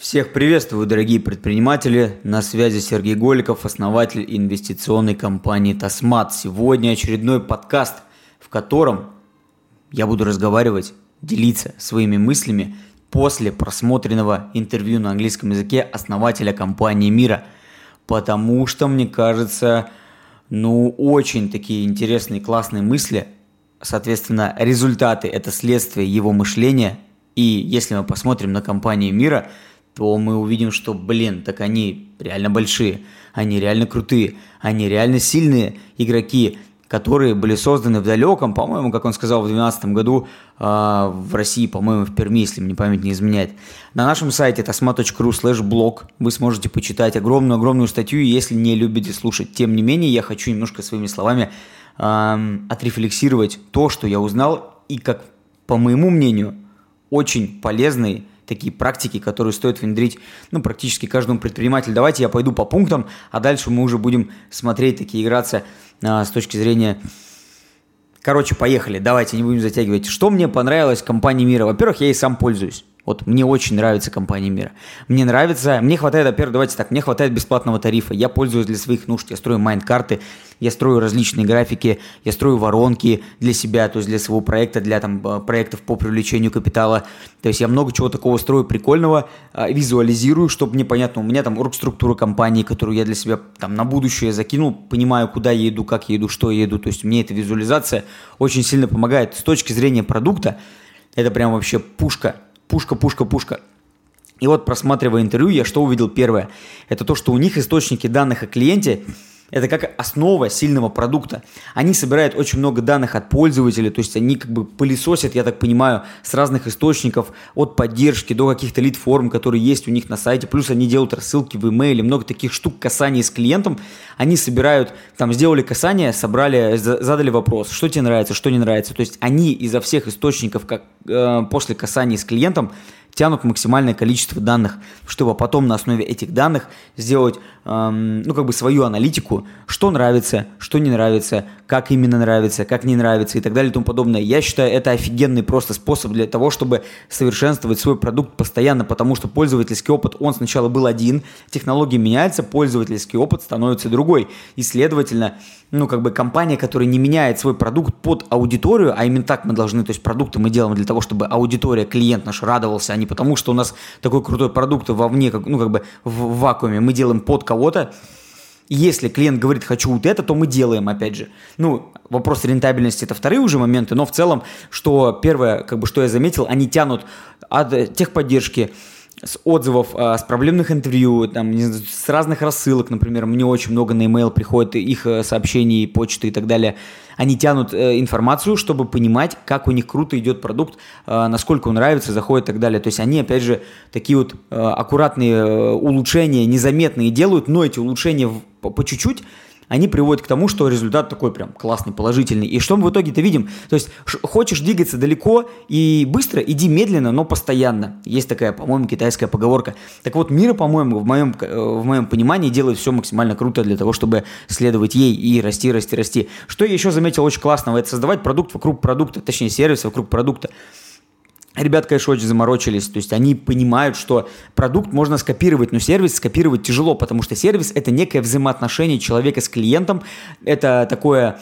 Всех приветствую, дорогие предприниматели. На связи Сергей Голиков, основатель инвестиционной компании Tasmat. Сегодня очередной подкаст, в котором я буду разговаривать, делиться своими мыслями после просмотренного интервью на английском языке основателя компании Мира. Потому что, мне кажется, очень такие интересные, классные мысли. Соответственно, результаты – это следствие его мышления. И если мы посмотрим на компанию Мира, то мы увидим, что, так они реально большие, они реально крутые, они реально сильные игроки, которые были созданы в далеком, по-моему, как он сказал, в 2012 году в России, по-моему, в Перми, если мне память не изменяет. На нашем сайте tasmat.ru/blog вы сможете почитать огромную статью, если не любите слушать. Тем не менее, я хочу немножко своими словами отрефлексировать то, что я узнал, и, как по моему мнению, очень полезные такие практики, которые стоит внедрить практически каждому предпринимателю. Давайте я пойду по пунктам, а дальше мы уже будем смотреть, играться с точки зрения... Поехали, давайте, не будем затягивать. Что мне понравилось в компании Мира? Во-первых, я и сам пользуюсь. Мне очень нравится компания Мира. Мне хватает бесплатного тарифа. Я пользуюсь для своих нужд. Я строю майнд-карты, я строю различные графики, я строю воронки для себя, то есть для своего проекта, для проектов по привлечению капитала. То есть я много чего такого строю прикольного, визуализирую, чтобы мне понятно, у меня оргструктура компании, которую я для себя на будущее закинул, понимаю, куда я иду, как я иду, что я иду. То есть мне эта визуализация очень сильно помогает. С точки зрения продукта, это прям вообще пушка. Пушка. И просматривая интервью, я что увидел первое? Это то, что у них источники данных о клиенте – это как основа сильного продукта. Они собирают очень много данных от пользователей, то есть они пылесосят, я так понимаю, с разных источников, от поддержки до каких-то лид-форм, которые есть у них на сайте, плюс они делают рассылки в имейле, много таких штук касаний с клиентом. Они собирают, сделали касание, собрали, задали вопрос, что тебе нравится, что не нравится. То есть они изо всех источников, после касаний с клиентом, тянут максимальное количество данных, чтобы потом на основе этих данных сделать свою аналитику, что нравится, что не нравится, как именно нравится, как не нравится и так далее и тому подобное. Я считаю, это офигенный просто способ для того, чтобы совершенствовать свой продукт постоянно, потому что пользовательский опыт, он сначала был один, технологии меняются, пользовательский опыт становится другой. И, следовательно, компания, которая не меняет свой продукт под аудиторию, а именно так мы должны, то есть продукты мы делаем для того, чтобы аудитория, клиент наш радовался, а не потому, что у нас такой крутой продукт вовне, в вакууме, мы делаем под кого-то. Если клиент говорит «хочу вот это», то мы делаем, опять же. Вопрос рентабельности – это вторые уже моменты, но в целом, что первое, что я заметил, они тянут от техподдержки, с отзывов, с проблемных интервью, с разных рассылок, например, мне очень много на e-mail приходит их сообщений, почты и так далее. Они тянут информацию, чтобы понимать, как у них круто идет продукт, насколько он нравится, заходит и так далее. То есть они, опять же, такие аккуратные улучшения, незаметные делают, но эти улучшения по чуть-чуть, они приводят к тому, что результат такой прям классный, положительный. И что мы в итоге-то видим? То есть хочешь двигаться далеко и быстро, иди медленно, но постоянно. Есть такая, по-моему, китайская поговорка. Так вот, Мира, по-моему, в моем понимании делает все максимально круто для того, чтобы следовать ей и расти. Что я еще заметил очень классного? Это создавать продукт вокруг продукта, точнее сервис вокруг продукта. Ребята, конечно, очень заморочились, то есть они понимают, что продукт можно скопировать, но сервис скопировать тяжело, потому что сервис – это некое взаимоотношение человека с клиентом, это такое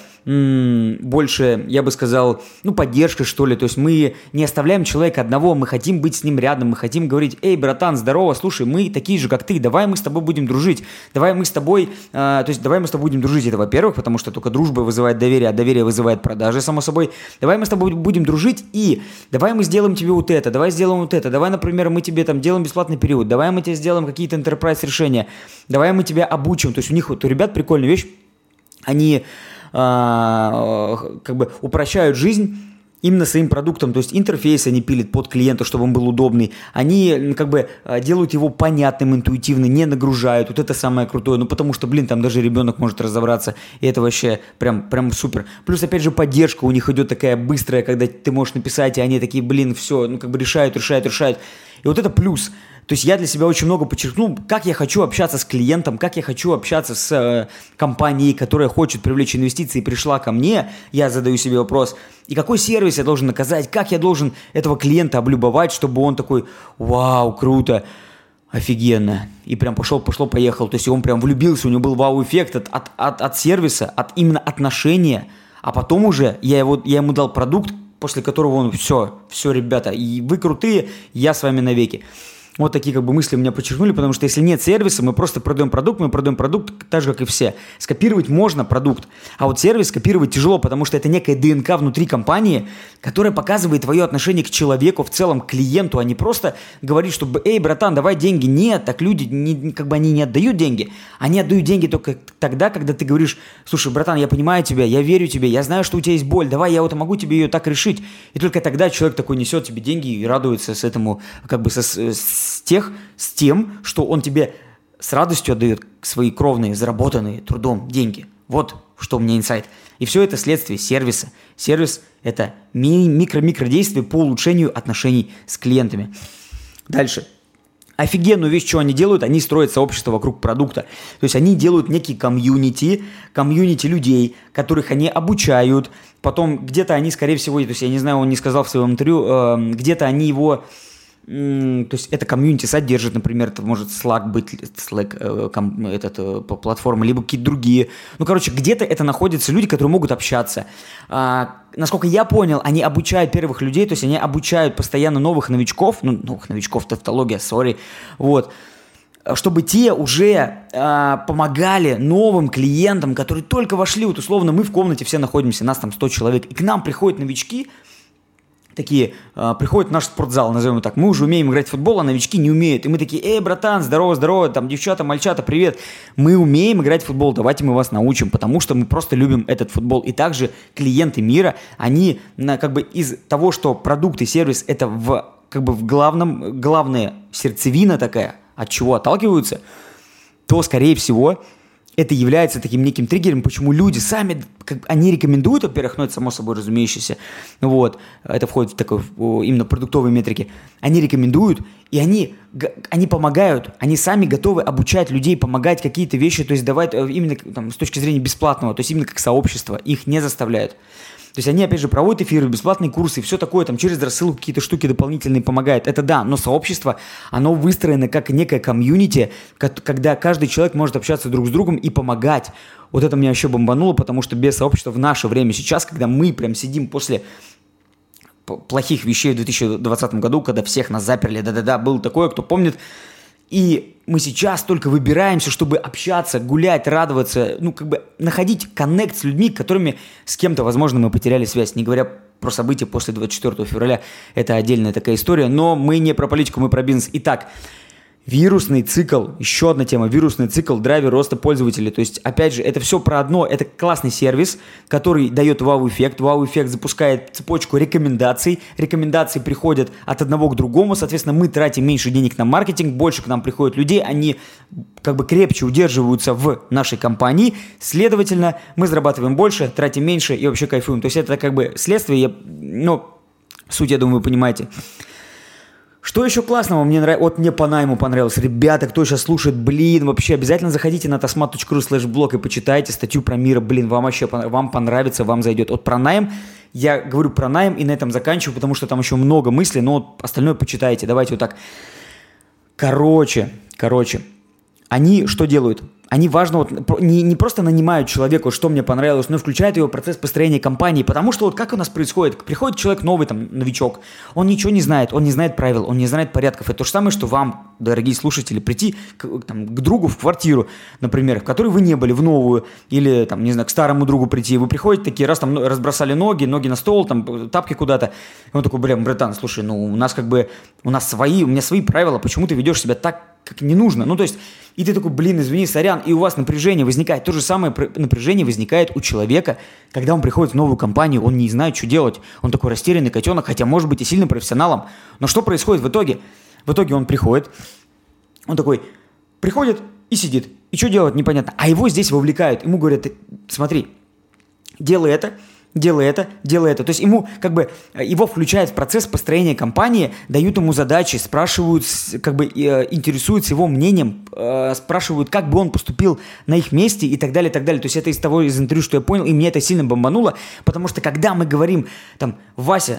больше, я бы сказал, поддержка, что ли, то есть мы не оставляем человека одного, мы хотим быть с ним рядом, мы хотим говорить: «Эй, братан, здорово, слушай, мы такие же, как ты, давай мы с тобой будем дружить, давай мы с тобой будем дружить». Это, во-первых, потому что только дружба вызывает доверие, а доверие вызывает продажи, само собой. Давай мы с тобой будем дружить, и давай мы сделаем тебе вот это, давай сделаем вот это, давай, например, мы тебе делаем бесплатный период, давай мы тебе сделаем какие-то enterprise решения, давай мы тебя обучим. То есть у них у ребят прикольная вещь, они упрощают жизнь именно своим продуктом, то есть интерфейс они пилят под клиента, чтобы он был удобный, они делают его понятным, интуитивным, не нагружают, вот это самое крутое, потому что, там даже ребенок может разобраться, и это вообще прям супер. Плюс, опять же, поддержка у них идет такая быстрая, когда ты можешь написать, и они такие, все, решают, и вот это плюс. То есть я для себя очень много подчеркнул, как я хочу общаться с клиентом, как я хочу общаться с компанией, которая хочет привлечь инвестиции и пришла ко мне. Я задаю себе вопрос, и какой сервис я должен оказать, как я должен этого клиента облюбовать, чтобы он такой: «Вау, круто». офигенно. И прям пошло-поехал. То есть он прям влюбился, у него был вау-эффект от сервиса, от именно отношения. А потом уже я ему дал продукт, после которого он все, ребята, и вы крутые, я с вами навеки. Вот такие как бы мысли у меня подчеркнули, потому что если нет сервиса, мы просто продаем продукт так же, как и все. Скопировать можно продукт, а вот сервис скопировать тяжело, потому что это некая ДНК внутри компании, которая показывает твое отношение к человеку, в целом к клиенту, а не просто говорит, чтобы, эй, братан, давай деньги. Нет, так люди они не отдают деньги. Они отдают деньги только тогда, когда ты говоришь, слушай, братан, я понимаю тебя, я верю тебе, я знаю, что у тебя есть боль, давай я вот могу тебе ее так решить. И только тогда человек такой несет тебе деньги и радуется с этому, как бы с тем, что он тебе с радостью отдает свои кровные, заработанные трудом деньги. Вот что у меня инсайт. И все это следствие сервиса. Сервис – это микро-действия по улучшению отношений с клиентами. Дальше. Офигенную вещь, что они делают, они строят сообщество вокруг продукта. То есть они делают некий комьюнити людей, которых они обучают. Потом где-то они, скорее всего, то есть я не знаю, он не сказал в своем интервью, где-то они его... То есть это комьюнити содержит, например, это может Slack быть, платформа, либо какие-то другие. Ну, короче, где-то это находятся люди, которые могут общаться. Насколько я понял, они обучают первых людей, то есть они обучают постоянно новых новичков, тавтология, вот, чтобы те уже помогали новым клиентам, которые только вошли, вот условно мы в комнате все находимся, нас там 100 человек, и к нам приходят новички, такие, приходят в наш спортзал, назовем его так, мы уже умеем играть в футбол, а новички не умеют. И мы такие, эй, братан, здорово, там, девчата, мальчата, привет. Мы умеем играть в футбол, давайте мы вас научим, потому что мы просто любим этот футбол. И также клиенты мира, они как бы из того, что продукт и сервис это главная сердцевина такая, от чего отталкиваются, то, скорее всего, это является таким неким триггером, почему люди сами, они рекомендуют, во-первых, это само собой разумеющееся, вот, это входит в такой именно продуктовые метрики, они рекомендуют, и они помогают, они сами готовы обучать людей, помогать какие-то вещи, то есть давать именно там, с точки зрения бесплатного, то есть именно как сообщество, их не заставляют. То есть они, опять же, проводят эфиры, бесплатные курсы, все такое, там через рассылку какие-то штуки дополнительные помогают. Это да, но сообщество, оно выстроено как некое комьюнити, когда каждый человек может общаться друг с другом и помогать. Вот это меня еще бомбануло, потому что без сообщества в наше время сейчас, когда мы прям сидим после плохих вещей в 2020 году, когда всех нас заперли, было такое, кто помнит, и мы сейчас только выбираемся, чтобы общаться, гулять, радоваться, находить коннект с людьми, которыми с кем-то, возможно, мы потеряли связь. Не говоря про события после 24 февраля, это отдельная такая история, но мы не про политику, мы про бизнес. Итак, вирусный цикл, еще одна тема, вирусный цикл, драйвер роста пользователей. То есть, опять же, это все про одно, это классный сервис, который дает вау-эффект. Вау-эффект запускает цепочку рекомендаций. Рекомендации приходят от одного к другому, соответственно, мы тратим меньше денег на маркетинг, больше к нам приходят людей, они как бы крепче удерживаются в нашей компании, следовательно, мы зарабатываем больше, тратим меньше и вообще кайфуем. То есть, это как бы следствие, суть, я думаю, вы понимаете. Что еще классного мне нравится? Вот мне по найму понравилось. Ребята, кто сейчас слушает, вообще обязательно заходите на tasmat.ru/блог и почитайте статью про Мира. Вам понравится, вам зайдет. Вот про найм, я говорю про найм и на этом заканчиваю, потому что там еще много мыслей, но вот остальное почитайте. Давайте вот так. Короче, они что делают? Они не просто нанимают человека, что мне понравилось, но и включают его в процесс построения компании. Потому что вот как у нас происходит? Приходит человек новый, новичок, он ничего не знает, он не знает правил, он не знает порядков. Это то же самое, что вам, дорогие слушатели, прийти к другу в квартиру, например, в которой вы не были, в новую, или, к старому другу прийти. Вы приходите такие, разбросали ноги на стол, тапки куда-то. И он такой, братан, слушай, у меня свои правила, почему ты ведешь себя так, как не нужно? То есть, и ты такой, извини, сорян, и у вас напряжение возникает. То же самое напряжение возникает у человека, когда он приходит в новую компанию, он не знает, что делать. Он такой растерянный котенок, хотя может быть и сильным профессионалом. Но что происходит в итоге? В итоге он приходит и сидит. И что делать, непонятно. А его здесь вовлекают. Ему говорят, смотри, делай это. То есть ему его включают в процесс построения компании, дают ему задачи, спрашивают, интересуются его мнением, спрашивают, как бы он поступил на их месте и так далее, так далее. То есть это из интервью, что я понял, и меня это сильно бомбануло, потому что когда мы говорим, Вася,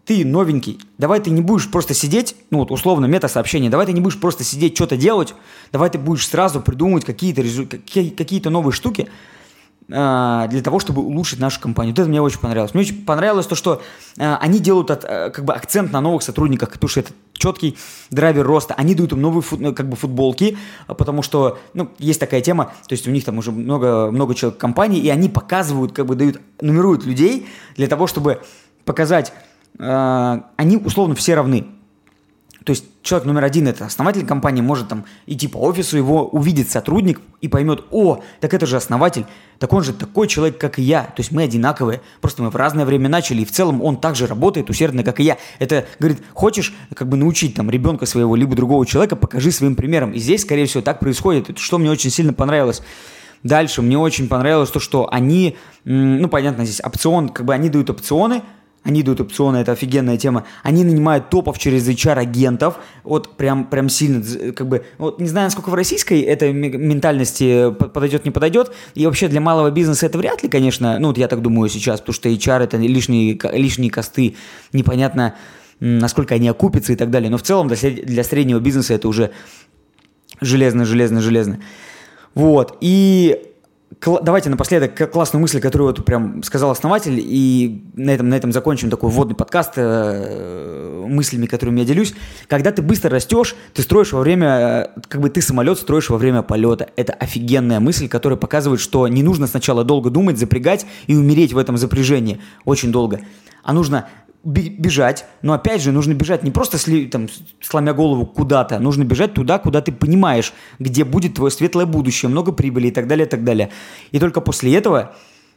ты новенький, давай ты не будешь просто сидеть, ну вот условно мета-сообщение, давай ты не будешь просто сидеть, что-то делать, давай ты будешь сразу придумывать какие-то новые штуки для того, чтобы улучшить нашу компанию. Вот это мне очень понравилось. Мне очень понравилось то, что они делают как бы акцент на новых сотрудниках, потому что это четкий драйвер роста. Они дают им новые как бы футболки, потому что, ну, есть такая тема, то есть у них там уже много человек в компании, и они показывают, как бы нумеруют людей для того, чтобы показать, они условно все равны. То есть человек номер один – это основатель компании, может там идти по офису, его увидит сотрудник и поймет: о, так это же основатель, так он же такой человек, как и я. То есть мы одинаковые, просто мы в разное время начали, и в целом он также работает усердно, как и я. Это, говорит, хочешь как бы научить там ребенка своего, либо другого человека, покажи своим примером. И здесь, скорее всего, так происходит. Это что мне очень сильно понравилось. Дальше мне очень понравилось то, что они, ну, понятно, здесь опцион, как бы они дают опционы, это офигенная тема. Они нанимают топов через HR-агентов, вот прям сильно, как бы, вот не знаю, насколько в российской этой ментальности подойдет, не подойдет, и вообще для малого бизнеса это вряд ли, конечно, ну вот я так думаю сейчас, потому что HR это лишние косты, непонятно, насколько они окупятся и так далее, но в целом для среднего бизнеса это уже железно. Вот, и давайте напоследок классную мысль, которую вот прям сказал основатель, и на этом закончим такой вводный подкаст мыслями, которыми я делюсь. Когда ты быстро растешь, ты строишь во время, как бы ты самолет строишь во время полета. Это офигенная мысль, которая показывает, что не нужно сначала долго думать, запрягать и умереть в этом запряжении очень долго, а нужно бежать, но опять же нужно бежать не просто сломя голову куда-то, нужно бежать туда, куда ты понимаешь, где будет твое светлое будущее, много прибыли и так далее, и так далее. И только после этого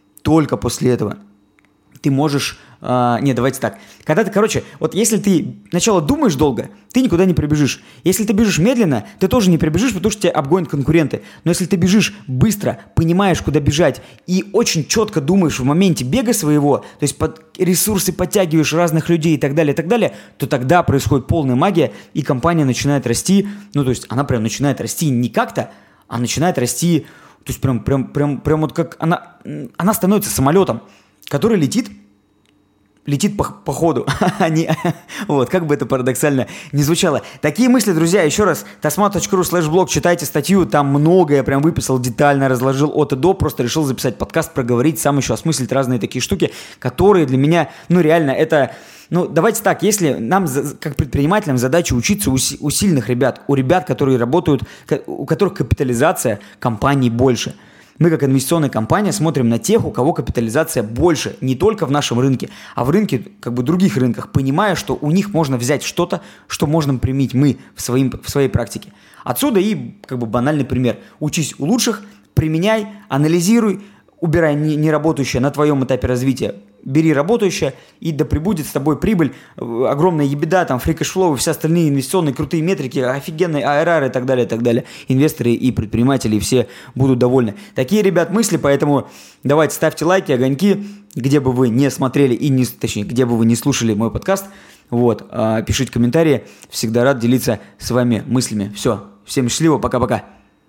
ты можешь... давайте так. Когда ты, вот если ты сначала думаешь долго, ты никуда не прибежишь. Если ты бежишь медленно, ты тоже не прибежишь, потому что тебя обгонят конкуренты. Но если ты бежишь быстро, понимаешь, куда бежать, и очень четко думаешь в моменте бега своего, то есть под ресурсы подтягиваешь разных людей и так далее, то тогда происходит полная магия, и компания начинает расти. Ну, то есть она прям начинает расти не как-то, а начинает расти... То есть прям вот как она становится самолетом, который летит по ходу. Вот, как бы это парадоксально не звучало. Такие мысли, друзья, еще раз, tasmat.ru/blog, читайте статью, там много, я прям выписал детально, разложил от и до, просто решил записать подкаст, проговорить, сам еще осмыслить разные такие штуки, которые для меня, ну реально, это... Ну, давайте так, если нам, как предпринимателям, задача учиться у сильных ребят, у ребят, которые работают, у которых капитализация компании больше. Мы, как инвестиционная компания, смотрим на тех, у кого капитализация больше, не только в нашем рынке, а в рынке, как бы других рынках, понимая, что у них можно взять что-то, что можно применить мы в своей практике. Отсюда и как бы банальный пример. Учись у лучших, применяй, анализируй, убирай неработающее на твоем этапе развития, бери работающее, и да пребудет с тобой прибыль, огромная ебеда, там, free cash flow и все остальные инвестиционные крутые метрики, офигенные IRR и так далее. Инвесторы и предприниматели все будут довольны. Такие, ребят, мысли, поэтому давайте ставьте лайки, огоньки, где бы вы не смотрели точнее, где бы вы не слушали мой подкаст. Вот, пишите комментарии, всегда рад делиться с вами мыслями. Все, всем счастливо, пока-пока.